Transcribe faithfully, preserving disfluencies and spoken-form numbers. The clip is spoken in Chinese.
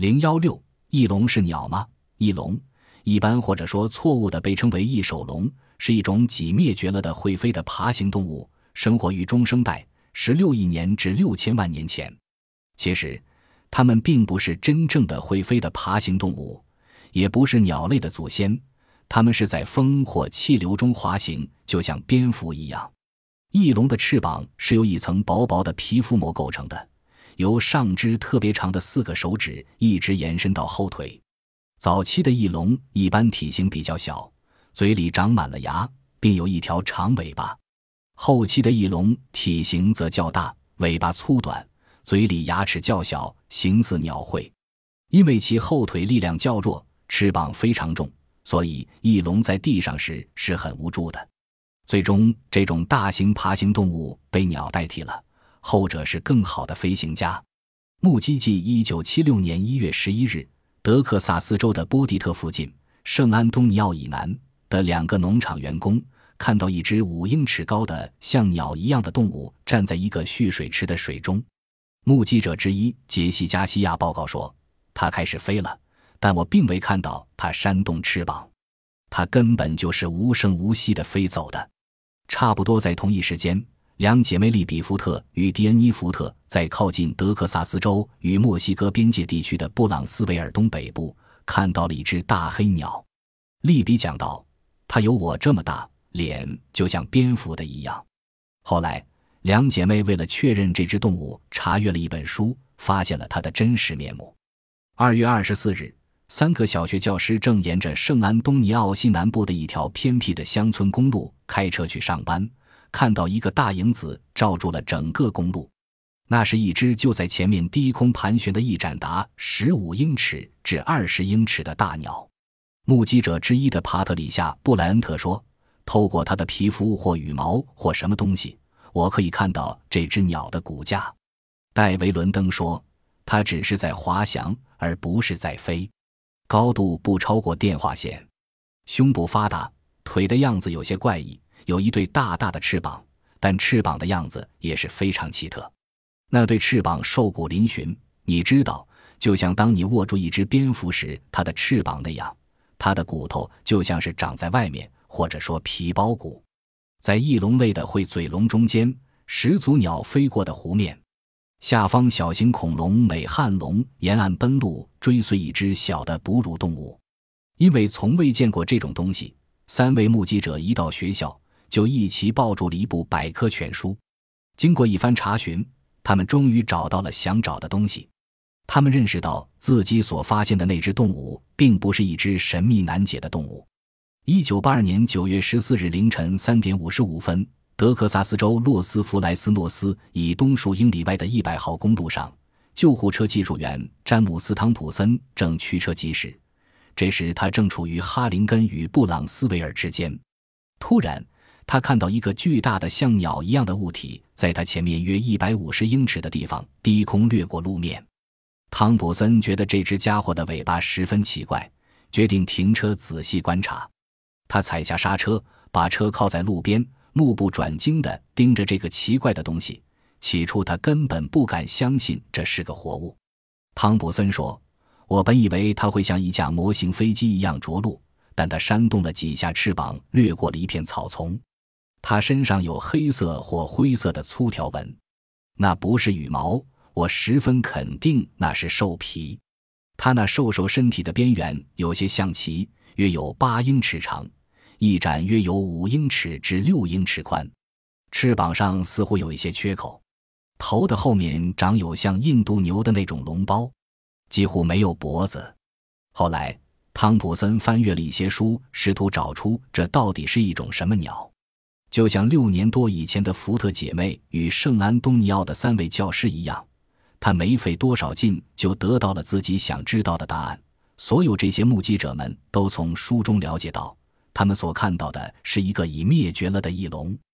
零一六翼龙是鸟吗？翼龙一般或者说错误地被称为翼手龙，是一种几灭绝了的会飞的爬行动物，生活于中生代十六亿年至六千万年前。其实它们并不是真正的会飞的爬行动物，也不是鸟类的祖先，它们是在风或气流中滑行，就像蝙蝠一样。翼龙的翅膀是由一层薄薄的皮肤膜构成的，由上肢特别长的四个手指一直延伸到后腿。早期的翼龙一般体型比较小，嘴里长满了牙，并有一条长尾巴。后期的翼龙体型则较大，尾巴粗短，嘴里牙齿较小，形似鸟喙。因为其后腿力量较弱，翅膀非常重，所以翼龙在地上时是很无助的。最终这种大型爬行动物被鸟代替了，后者是更好的飞行家。目击记一九七六年一月十一日，德克萨斯州的波蒂特附近圣安东尼奥以南的两个农场员工看到一只五英尺高的像鸟一样的动物站在一个蓄水池的水中。目击者之一杰西加西亚报告说，它开始飞了，但我并未看到它扇动翅膀，它根本就是无声无息地飞走的。差不多在同一时间，两姐妹利比福特与迪恩伊福特在靠近德克萨斯州与墨西哥边界地区的布朗斯维尔东北部看到了一只大黑鸟。利比讲道，它有我这么大，脸就像蝙蝠的一样。后来两姐妹为了确认这只动物，查阅了一本书，发现了它的真实面目。二月二十四日，三个小学教师正沿着圣安东尼奥西南部的一条偏僻的乡村公路开车去上班，看到一个大影子罩住了整个公路。那是一只就在前面低空盘旋的翼展达十五英尺至二十英尺的大鸟。目击者之一的帕特里夏·布莱恩特说，透过它的皮肤或羽毛或什么东西，我可以看到这只鸟的骨架。戴维·伦登说，它只是在滑翔，而不是在飞，高度不超过电话线，胸部发达，腿的样子有些怪异，有一对大大的翅膀，但翅膀的样子也是非常奇特。那对翅膀瘦骨嶙峋，你知道，就像当你握住一只蝙蝠时它的翅膀那样，它的骨头就像是长在外面，或者说皮包骨。在翼龙类的喙嘴龙中间，始祖鸟飞过的湖面下方，小型恐龙美汉龙沿岸奔路，追随一只小的哺乳动物。因为从未见过这种东西，三位目击者一到学校就一起抱住了一部百科全书。经过一番查询，他们终于找到了想找的东西。他们认识到自己所发现的那只动物并不是一只神秘难解的动物。一九八二年九月十四日凌晨三点五十五分，德克萨斯州洛斯弗莱斯诺斯以东数英里外的一百号公路上，救护车技术员詹姆斯·汤普森正驱车疾驶。这时他正处于哈林根与布朗斯维尔之间。突然他看到一个巨大的像鸟一样的物体在他前面约一百五十英尺的地方低空掠过路面。汤普森觉得这只家伙的尾巴十分奇怪，决定停车仔细观察。他踩下刹车，把车靠在路边，目不转睛地盯着这个奇怪的东西。起初他根本不敢相信这是个活物。汤普森说，我本以为它会像一架模型飞机一样着陆，但它扇动了几下翅膀，掠过了一片草丛。它身上有黑色或灰色的粗条纹，那不是羽毛，我十分肯定那是兽皮。它那瘦瘦身体的边缘有些像鳍，约有八英尺长，翼展约有五英尺至六英尺宽，翅膀上似乎有一些缺口，头的后面长有像印度牛的那种笼包，几乎没有脖子。后来汤普森翻阅了一些书，试图找出这到底是一种什么鸟。就像六年多以前的福特姐妹与圣安东尼奥的三位教师一样，他没费多少劲就得到了自己想知道的答案。所有这些目击者们都从书中了解到，他们所看到的是一个已灭绝了的翼龙。